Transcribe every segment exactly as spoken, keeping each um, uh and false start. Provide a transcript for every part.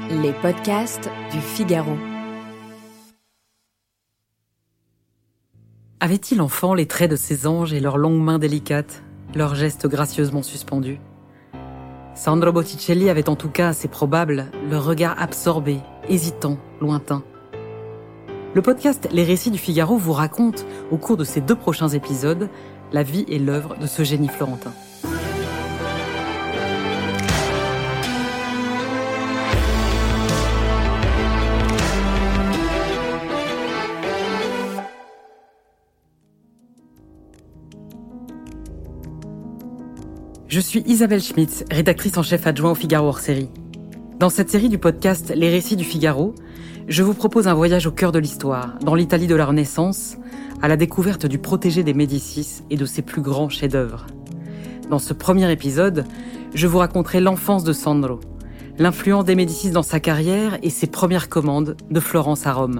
Les podcasts du Figaro. Avait-il enfant les traits de ses anges et leurs longues mains délicates, leurs gestes gracieusement suspendus ? Sandro Botticelli avait en tout cas, c'est probable, le regard absorbé, hésitant, lointain. Le podcast Les Récits du Figaro vous raconte, au cours de ces deux prochains épisodes, la vie et l'œuvre de ce génie florentin. Je suis Isabelle Schmitz, rédactrice en chef adjoint au Figaro hors-série. Dans cette série du podcast Les Récits du Figaro, je vous propose un voyage au cœur de l'histoire, dans l'Italie de la Renaissance, à la découverte du protégé des Médicis et de ses plus grands chefs-d'œuvre. Dans ce premier épisode, je vous raconterai l'enfance de Sandro, l'influence des Médicis dans sa carrière et ses premières commandes de Florence à Rome.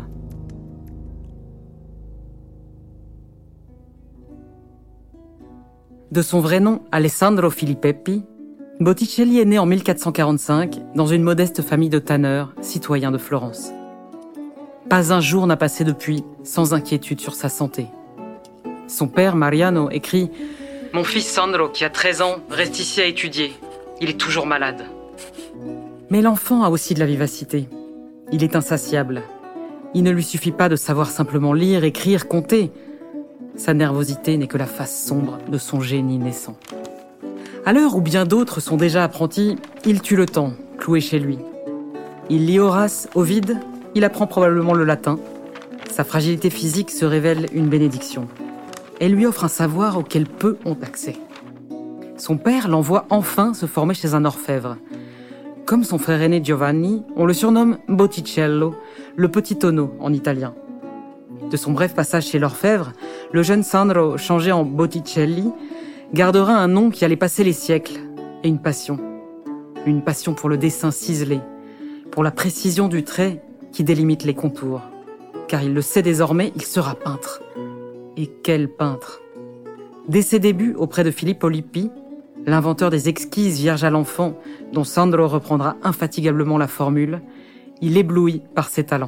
De son vrai nom, Alessandro Filippeppi, Botticelli est né en mille quatre cent quarante-cinq dans une modeste famille de tanneurs, citoyens de Florence. Pas un jour n'a passé depuis sans inquiétude sur sa santé. Son père, Mariano, écrit « Mon fils Sandro, qui a treize ans, reste ici à étudier. Il est toujours malade. » Mais l'enfant a aussi de la vivacité. Il est insatiable. Il ne lui suffit pas de savoir simplement lire, écrire, compter. Sa nervosité n'est que la face sombre de son génie naissant. À l'heure où bien d'autres sont déjà apprentis, il tue le temps, cloué chez lui. Il lit Horace, Ovide, il apprend probablement le latin. Sa fragilité physique se révèle une bénédiction. Elle lui offre un savoir auquel peu ont accès. Son père l'envoie enfin se former chez un orfèvre. Comme son frère aîné Giovanni, on le surnomme Botticello, le petit tonneau en italien. De son bref passage chez l'orfèvre, le jeune Sandro, changé en Botticelli, gardera un nom qui allait passer les siècles et une passion. Une passion pour le dessin ciselé, pour la précision du trait qui délimite les contours. Car il le sait désormais, il sera peintre. Et quel peintre ! Dès ses débuts auprès de Filippo Lippi, l'inventeur des exquises Vierges à l'enfant, dont Sandro reprendra infatigablement la formule, il éblouit par ses talents.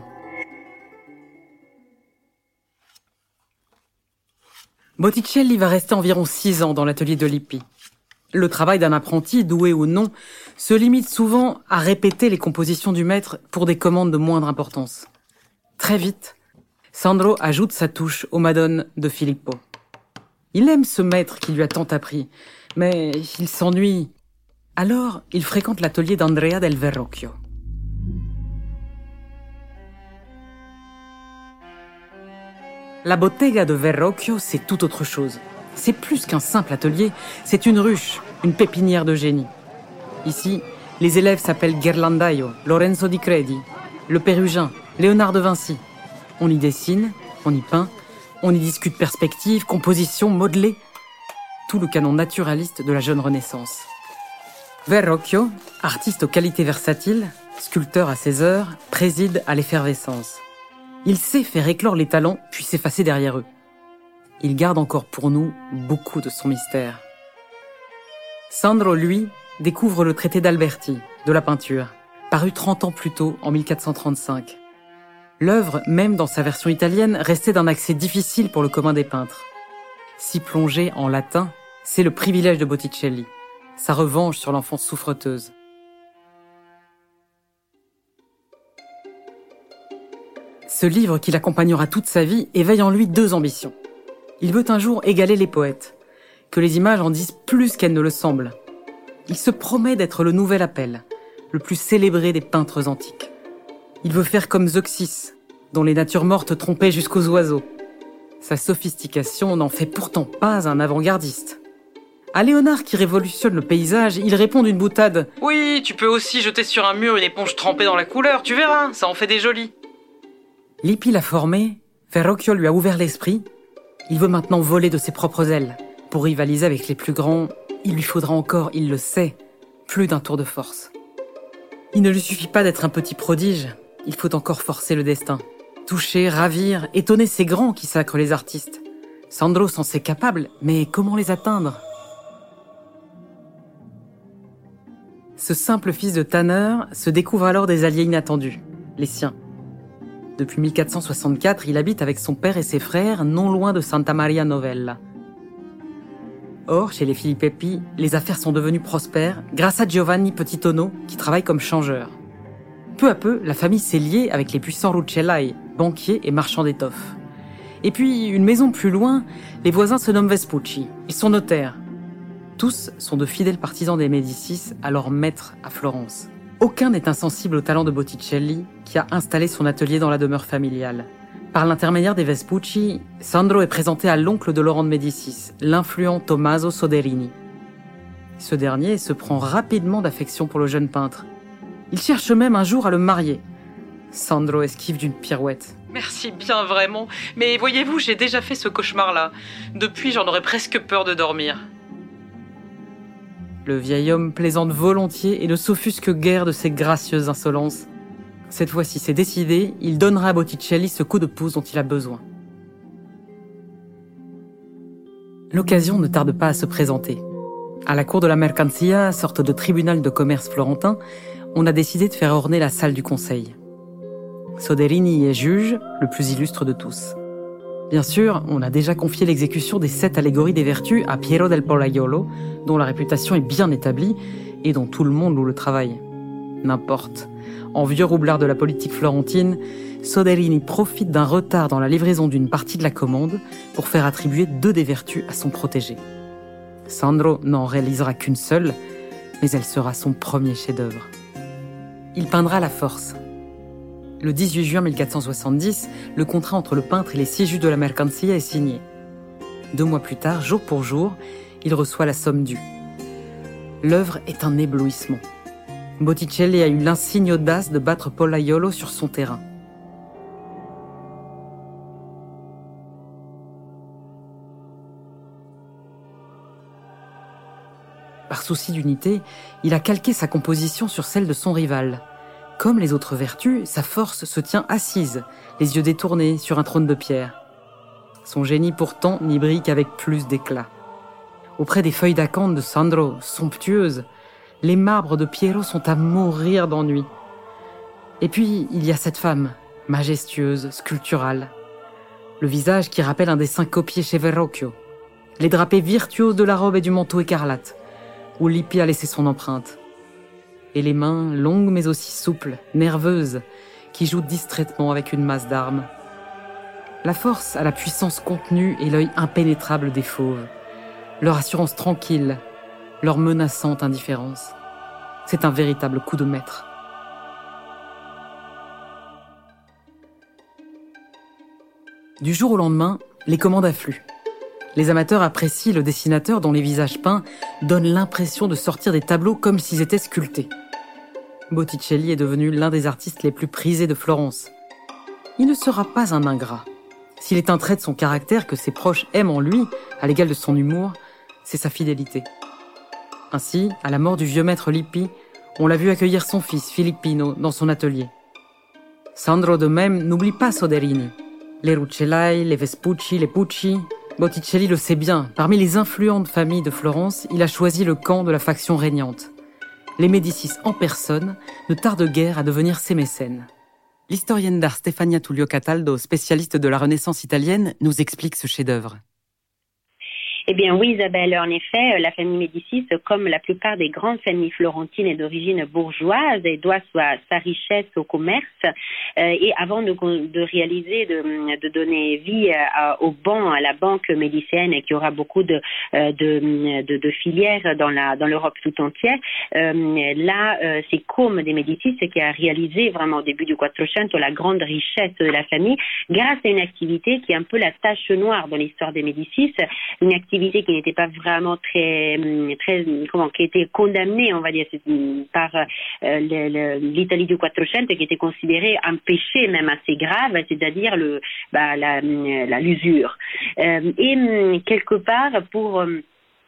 Botticelli va rester environ six ans dans l'atelier de Lippi. Le travail d'un apprenti, doué ou non, se limite souvent à répéter les compositions du maître pour des commandes de moindre importance. Très vite, Sandro ajoute sa touche aux Madones de Filippo. Il aime ce maître qui lui a tant appris, mais il s'ennuie. Alors, il fréquente l'atelier d'Andrea del Verrocchio. La bottega de Verrocchio, c'est tout autre chose. C'est plus qu'un simple atelier, c'est une ruche, une pépinière de génie. Ici, les élèves s'appellent Ghirlandaio, Lorenzo di Credi, le Pérugin, Léonard de Vinci. On y dessine, on y peint, on y discute perspective, composition, modelé. Tout le canon naturaliste de la jeune Renaissance. Verrocchio, artiste aux qualités versatiles, sculpteur à ses heures, préside à l'effervescence. Il sait faire éclore les talents, puis s'effacer derrière eux. Il garde encore pour nous beaucoup de son mystère. Sandro, lui, découvre le traité d'Alberti, de la peinture, paru trente ans plus tôt, en mille quatre cent trente-cinq. L'œuvre, même dans sa version italienne, restait d'un accès difficile pour le commun des peintres. S'y plonger en latin, c'est le privilège de Botticelli, sa revanche sur l'enfance souffreteuse. Ce livre qui l'accompagnera toute sa vie éveille en lui deux ambitions. Il veut un jour égaler les poètes, que les images en disent plus qu'elles ne le semblent. Il se promet d'être le nouvel Apelle, le plus célébré des peintres antiques. Il veut faire comme Zeuxis, dont les natures mortes trompaient jusqu'aux oiseaux. Sa sophistication n'en fait pourtant pas un avant-gardiste. À Léonard qui révolutionne le paysage, il répond d'une boutade « Oui, tu peux aussi jeter sur un mur une éponge trempée dans la couleur, tu verras, ça en fait des jolis. » Lippi l'a formé, Verrocchio lui a ouvert l'esprit. Il veut maintenant voler de ses propres ailes. Pour rivaliser avec les plus grands, il lui faudra encore, il le sait, plus d'un tour de force. Il ne lui suffit pas d'être un petit prodige, il faut encore forcer le destin. Toucher, ravir, étonner ces grands qui sacrent les artistes. Sandro s'en sait capable, mais comment les atteindre ? Ce simple fils de tanneur se découvre alors des alliés inattendus, les siens. Depuis mille quatre cent soixante-quatre, il habite avec son père et ses frères non loin de Santa Maria Novella. Or, chez les Filippeppi, les affaires sont devenues prospères grâce à Giovanni Petitono qui travaille comme changeur. Peu à peu, la famille s'est liée avec les puissants Rucellai, banquiers et marchands d'étoffes. Et puis, une maison plus loin, les voisins se nomment Vespucci. Ils sont notaires. Tous sont de fidèles partisans des Médicis, alors maîtres à Florence. Aucun n'est insensible au talent de Botticelli, qui a installé son atelier dans la demeure familiale. Par l'intermédiaire des Vespucci, Sandro est présenté à l'oncle de Laurent de Médicis, l'influent Tommaso Soderini. Ce dernier se prend rapidement d'affection pour le jeune peintre. Il cherche même un jour à le marier. Sandro esquive d'une pirouette. « Merci bien, vraiment, mais voyez-vous, j'ai déjà fait ce cauchemar-là. Depuis, j'en aurais presque peur de dormir. » Le vieil homme plaisante volontiers et ne s'offusque guère de ses gracieuses insolences. Cette fois-ci, c'est décidé, il donnera à Botticelli ce coup de pouce dont il a besoin. L'occasion ne tarde pas à se présenter. À la cour de la Mercanzia, sorte de tribunal de commerce florentin, on a décidé de faire orner la salle du conseil. Soderini est juge, le plus illustre de tous. Bien sûr, on a déjà confié l'exécution des sept allégories des vertus à Piero del Pollaiolo, dont la réputation est bien établie et dont tout le monde loue le travail. N'importe. En vieux roublard de la politique florentine, Soderini profite d'un retard dans la livraison d'une partie de la commande pour faire attribuer deux des vertus à son protégé. Sandro n'en réalisera qu'une seule, mais elle sera son premier chef-d'œuvre. Il peindra la force. Le dix-huit juin mille quatre cent soixante-dix, le contrat entre le peintre et les six juges de la Mercanzia est signé. Deux mois plus tard, jour pour jour, il reçoit la somme due. L'œuvre est un éblouissement. Botticelli a eu l'insigne audace de battre Pollaiolo sur son terrain. Par souci d'unité, il a calqué sa composition sur celle de son rival. Comme les autres vertus, sa force se tient assise, les yeux détournés sur un trône de pierre. Son génie pourtant n'y brille qu'avec plus d'éclat. Auprès des feuilles d'acanthe de Sandro, somptueuses, les marbres de Piero sont à mourir d'ennui. Et puis, il y a cette femme, majestueuse, sculpturale. Le visage qui rappelle un dessin copié chez Verrocchio. Les drapés virtuoses de la robe et du manteau écarlate, où Lippi a laissé son empreinte. Et les mains, longues mais aussi souples, nerveuses, qui jouent distraitement avec une masse d'armes. La force a la puissance contenue et l'œil impénétrable des fauves. Leur assurance tranquille, leur menaçante indifférence. C'est un véritable coup de maître. Du jour au lendemain, les commandes affluent. Les amateurs apprécient le dessinateur dont les visages peints donnent l'impression de sortir des tableaux comme s'ils étaient sculptés. Botticelli est devenu l'un des artistes les plus prisés de Florence. Il ne sera pas un ingrat. S'il est un trait de son caractère que ses proches aiment en lui, à l'égal de son humour, c'est sa fidélité. Ainsi, à la mort du vieux maître Lippi, on l'a vu accueillir son fils, Filippino, dans son atelier. Sandro de même n'oublie pas Soderini. Les Rucellai, les Vespucci, les Pucci... Botticelli le sait bien, parmi les influentes familles de Florence, il a choisi le camp de la faction régnante. Les Médicis en personne ne tardent guère à devenir ses mécènes. L'historienne d'art Stefania Tullio Cataldo, spécialiste de la Renaissance italienne, nous explique ce chef-d'œuvre. Eh bien oui, Isabelle, en effet, la famille Médicis, comme la plupart des grandes familles florentines, est d'origine bourgeoise et doit sa, sa richesse au commerce. Euh, et avant de, de réaliser, de, de donner vie à, au banc, à la banque médicienne, qui aura beaucoup de, de, de, de filières dans, la, dans l'Europe tout entière, euh, là, euh, c'est Côme des Médicis qui a réalisé vraiment au début du Quattrocento la grande richesse de la famille grâce à une activité qui est un peu la tache noire dans l'histoire des Médicis, une activité qui n'était pas vraiment très, très, comment, qui était condamnée, on va dire, par euh, le, le, l'Italie du Quattrocento, qui était considérée un péché même assez grave, c'est-à-dire le, bah, la, la, l'usure. Euh, et quelque part, pour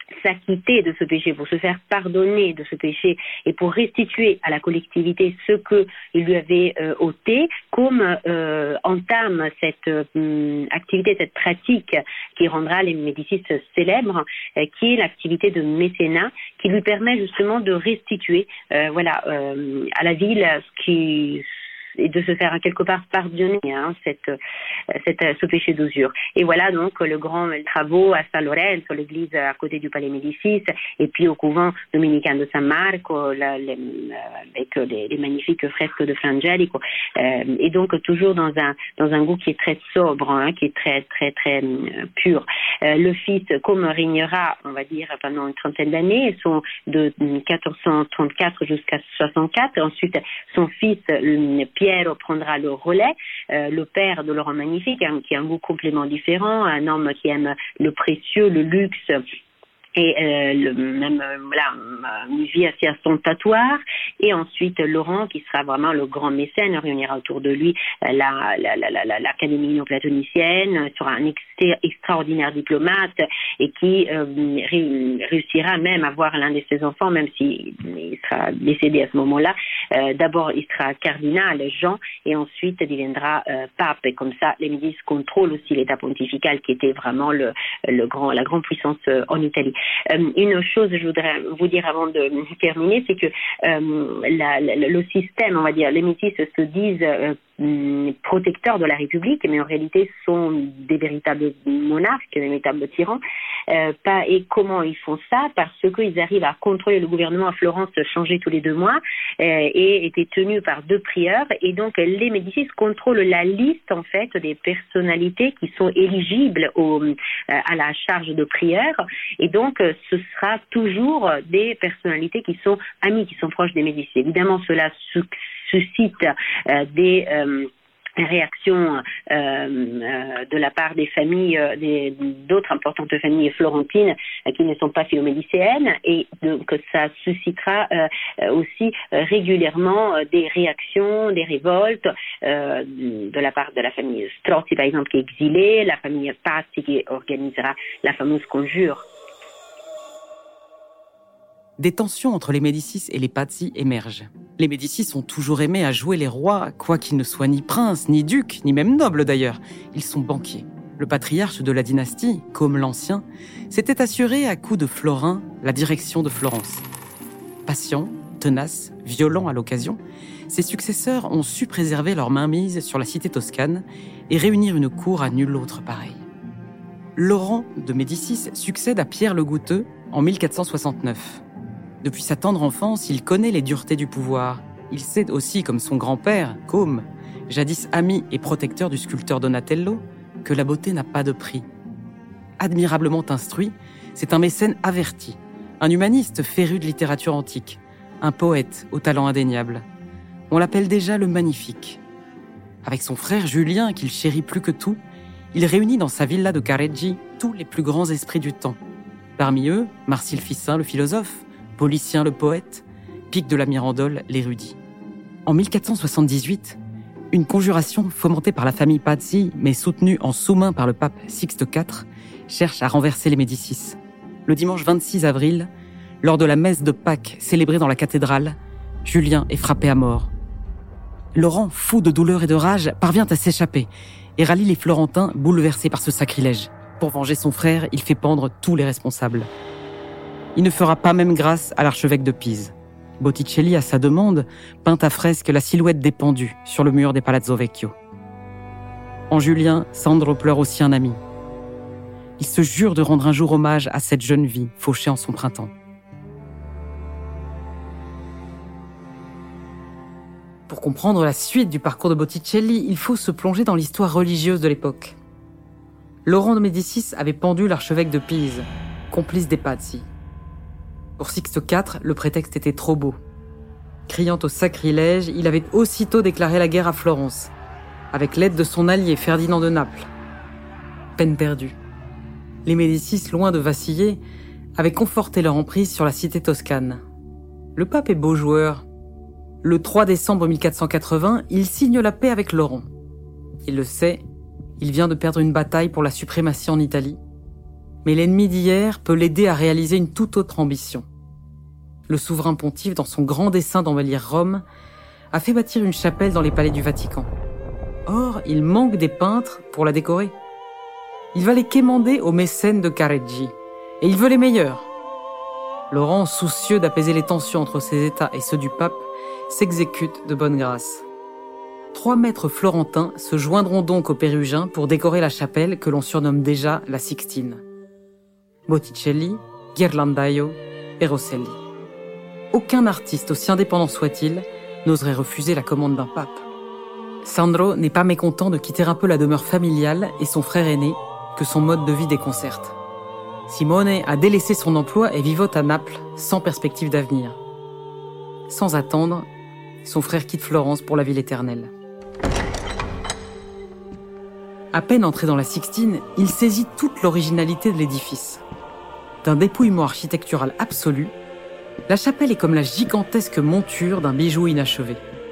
s'acquitter de ce péché, pour se faire pardonner de ce péché et pour restituer à la collectivité ce qu'il lui avait euh, ôté, comme euh, entame cette euh, activité, cette pratique qui rendra les Médicis célèbres, euh, qui est l'activité de mécénat, qui lui permet justement de restituer euh, voilà, euh, à la ville ce qui... et de se faire quelque part pardonner hein, cette, cette, ce péché d'usure. Et voilà donc le grand travaux à San Lorenzo, l'église à côté du Palais Médicis, et puis au couvent dominicain de San Marco, la, les, avec les, les magnifiques fresques de Frangelico. Euh, et donc toujours dans un, dans un goût qui est très sobre, hein, qui est très, très, très euh, pur. Euh, le fils, comme régnera, on va dire, pendant une trentaine d'années, sont de quatorze cent trente-quatre jusqu'à soixante-quatre. Ensuite, son fils, Pierre, Piero prendra le relais, euh, le père de Laurent Magnifique, hein, qui a un goût complètement différent, un homme qui aime le précieux, le luxe, et euh, le, même euh, voilà, une vie assez ostentatoire. Et ensuite Laurent, qui sera vraiment le grand mécène, réunira autour de lui euh, la, la, la, la, la, l'académie néoplatonicienne, sera un ex- extraordinaire diplomate et qui euh, ré- réussira même à voir l'un de ses enfants, même s'il il sera décédé à ce moment-là. Euh, d'abord, il sera cardinal, Jean, et ensuite deviendra euh, pape. Et comme ça, les Médicis contrôlent aussi l'État pontifical, qui était vraiment le, le grand, la grande puissance euh, en Italie. Euh, une chose, je voudrais vous dire avant de terminer, c'est que euh, la, la, le système, on va dire, les Médicis se disent euh, protecteurs de la République, mais en réalité sont des véritables monarques, des véritables tyrans. Euh, pas, et comment ils font ça? Parce qu'ils arrivent à contrôler le gouvernement à Florence, changer tous les deux mois, euh, et étaient tenus par deux prieurs. Et donc les Médicis contrôlent la liste en fait des personnalités qui sont éligibles au, euh, à la charge de prieur. Et donc ce sera toujours des personnalités qui sont amies, qui sont proches des Médicis. Évidemment, cela suscite euh, des euh, réactions euh, euh, de la part des familles, euh, des, d'autres importantes familles florentines euh, qui ne sont pas philomédicéennes, et donc ça suscitera euh, aussi euh, régulièrement euh, des réactions, des révoltes euh, de la part de la famille Strozzi, par exemple, qui est exilée, la famille Pazzi qui organisera la fameuse conjure. Des tensions entre les Médicis et les Pazzi émergent. Les Médicis ont toujours aimé à jouer les rois, quoiqu'ils ne soient ni princes, ni ducs, ni même nobles d'ailleurs. Ils sont banquiers. Le patriarche de la dynastie, comme l'Ancien, s'était assuré à coups de florins la direction de Florence. Patients, tenaces, violents à l'occasion, ses successeurs ont su préserver leur mainmise sur la cité toscane et réunir une cour à nul autre pareil. Laurent de Médicis succède à Pierre le Goutteux en mille quatre cent soixante-neuf. Depuis sa tendre enfance, il connaît les duretés du pouvoir. Il sait aussi, comme son grand-père, Côme, jadis ami et protecteur du sculpteur Donatello, que la beauté n'a pas de prix. Admirablement instruit, c'est un mécène averti, un humaniste féru de littérature antique, un poète au talent indéniable. On l'appelle déjà le Magnifique. Avec son frère Julien, qu'il chérit plus que tout, il réunit dans sa villa de Careggi tous les plus grands esprits du temps. Parmi eux, Marcille Ficin, le philosophe, Policien le poète, Pic de la Mirandole l'érudit. En mille quatre cent soixante-dix-huit, une conjuration fomentée par la famille Pazzi, mais soutenue en sous-main par le pape Sixte quatre, cherche à renverser les Médicis. Le dimanche vingt-six avril, lors de la messe de Pâques célébrée dans la cathédrale, Julien est frappé à mort. Laurent, fou de douleur et de rage, parvient à s'échapper et rallie les Florentins bouleversés par ce sacrilège. Pour venger son frère, il fait pendre tous les responsables. Il ne fera pas même grâce à l'archevêque de Pise. Botticelli, à sa demande, peint à fresque la silhouette des pendus sur le mur des Palazzo Vecchio. En Julien, Sandro pleure aussi un ami. Il se jure de rendre un jour hommage à cette jeune vie fauchée en son printemps. Pour comprendre la suite du parcours de Botticelli, il faut se plonger dans l'histoire religieuse de l'époque. Laurent de Médicis avait pendu l'archevêque de Pise, complice des Pazzi. Pour Sixte quatre, le prétexte était trop beau. Criant au sacrilège, il avait aussitôt déclaré la guerre à Florence, avec l'aide de son allié Ferdinand de Naples. Peine perdue. Les Médicis, loin de vaciller, avaient conforté leur emprise sur la cité toscane. Le pape est beau joueur. Le trois décembre mille quatre cent quatre-vingts, il signe la paix avec Laurent. Il le sait, il vient de perdre une bataille pour la suprématie en Italie. Mais l'ennemi d'hier peut l'aider à réaliser une toute autre ambition. Le souverain pontife, dans son grand dessein d'embellir Rome, a fait bâtir une chapelle dans les palais du Vatican. Or, il manque des peintres pour la décorer. Il va les quémander aux mécènes de Careggi, et il veut les meilleurs. Laurent, soucieux d'apaiser les tensions entre ses États et ceux du pape, s'exécute de bonne grâce. Trois maîtres florentins se joindront donc aux Pérugiens pour décorer la chapelle que l'on surnomme déjà la Sixtine. Botticelli, Ghirlandaio et Rosselli. Aucun artiste, aussi indépendant soit-il, n'oserait refuser la commande d'un pape. Sandro n'est pas mécontent de quitter un peu la demeure familiale et son frère aîné, que son mode de vie déconcerte. Simone a délaissé son emploi et vivote à Naples, sans perspective d'avenir. Sans attendre, son frère quitte Florence pour la ville éternelle. À peine entré dans la Sixtine, il saisit toute l'originalité de l'édifice. D'un dépouillement architectural absolu, la chapelle est comme la gigantesque monture d'un bijou inachevé.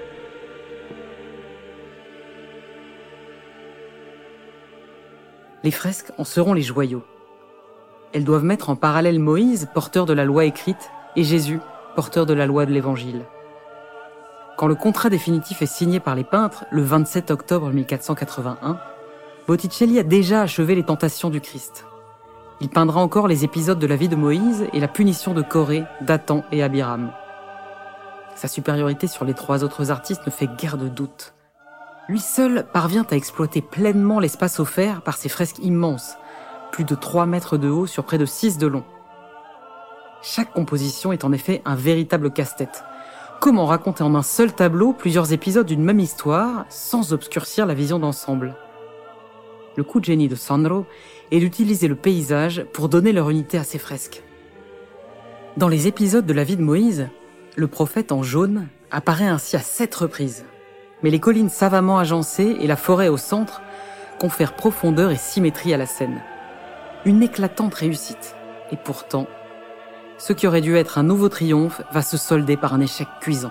Les fresques en seront les joyaux. Elles doivent mettre en parallèle Moïse, porteur de la loi écrite, et Jésus, porteur de la loi de l'Évangile. Quand le contrat définitif est signé par les peintres, le vingt-sept octobre mille quatre cent quatre-vingt-un, Botticelli a déjà achevé les tentations du Christ. Il peindra encore les épisodes de la vie de Moïse et la punition de Corée, Dathan et Abiram. Sa supériorité sur les trois autres artistes ne fait guère de doute. Lui seul parvient à exploiter pleinement l'espace offert par ses fresques immenses, plus de trois mètres de haut sur près de six de long. Chaque composition est en effet un véritable casse-tête. Comment raconter en un seul tableau plusieurs épisodes d'une même histoire sans obscurcir la vision d'ensemble ? Le coup de génie de Sandro est d'utiliser le paysage pour donner leur unité à ses fresques. Dans les épisodes de la vie de Moïse, le prophète en jaune apparaît ainsi à sept reprises. Mais les collines savamment agencées et la forêt au centre confèrent profondeur et symétrie à la scène. Une éclatante réussite. Et pourtant, ce qui aurait dû être un nouveau triomphe va se solder par un échec cuisant.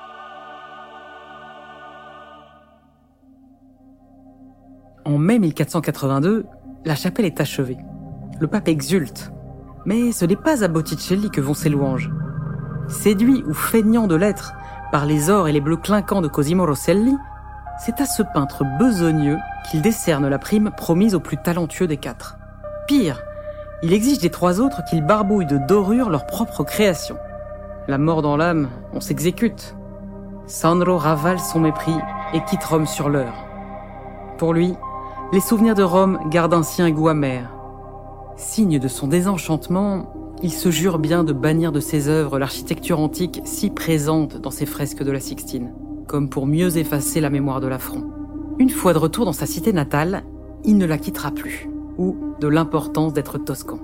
En mai mille quatre cent quatre-vingt-deux, la chapelle est achevée. Le pape exulte. Mais ce n'est pas à Botticelli que vont ses louanges. Séduit ou feignant de l'être par les ors et les bleus clinquants de Cosimo Rosselli, c'est à ce peintre besogneux qu'il décerne la prime promise au plus talentueux des quatre. Pire, il exige des trois autres qu'ils barbouillent de dorure leur propre création. La mort dans l'âme, on s'exécute. Sandro ravale son mépris et quitte Rome sur l'heure. Pour lui, les souvenirs de Rome gardent ainsi un goût amer. Signe de son désenchantement, il se jure bien de bannir de ses œuvres l'architecture antique si présente dans ses fresques de la Sixtine, comme pour mieux effacer la mémoire de l'affront. Une fois de retour dans sa cité natale, il ne la quittera plus, ou de l'importance d'être toscan.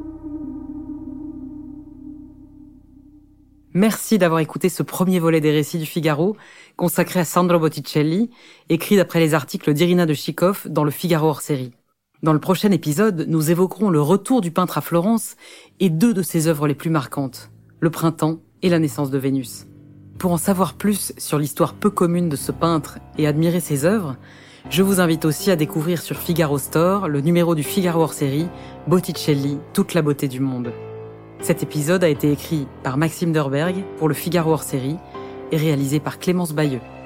Merci d'avoir écouté ce premier volet des récits du Figaro, consacré à Sandro Botticelli, écrit d'après les articles d'Irina de Chikov dans le Figaro hors série. Dans le prochain épisode, nous évoquerons le retour du peintre à Florence et deux de ses œuvres les plus marquantes, le printemps et la naissance de Vénus. Pour en savoir plus sur l'histoire peu commune de ce peintre et admirer ses œuvres, je vous invite aussi à découvrir sur Figaro Store le numéro du Figaro hors série, Botticelli, toute la beauté du monde. Cet épisode a été écrit par Maxime Derberg pour le Figaro hors série et réalisé par Clémence Bayeux.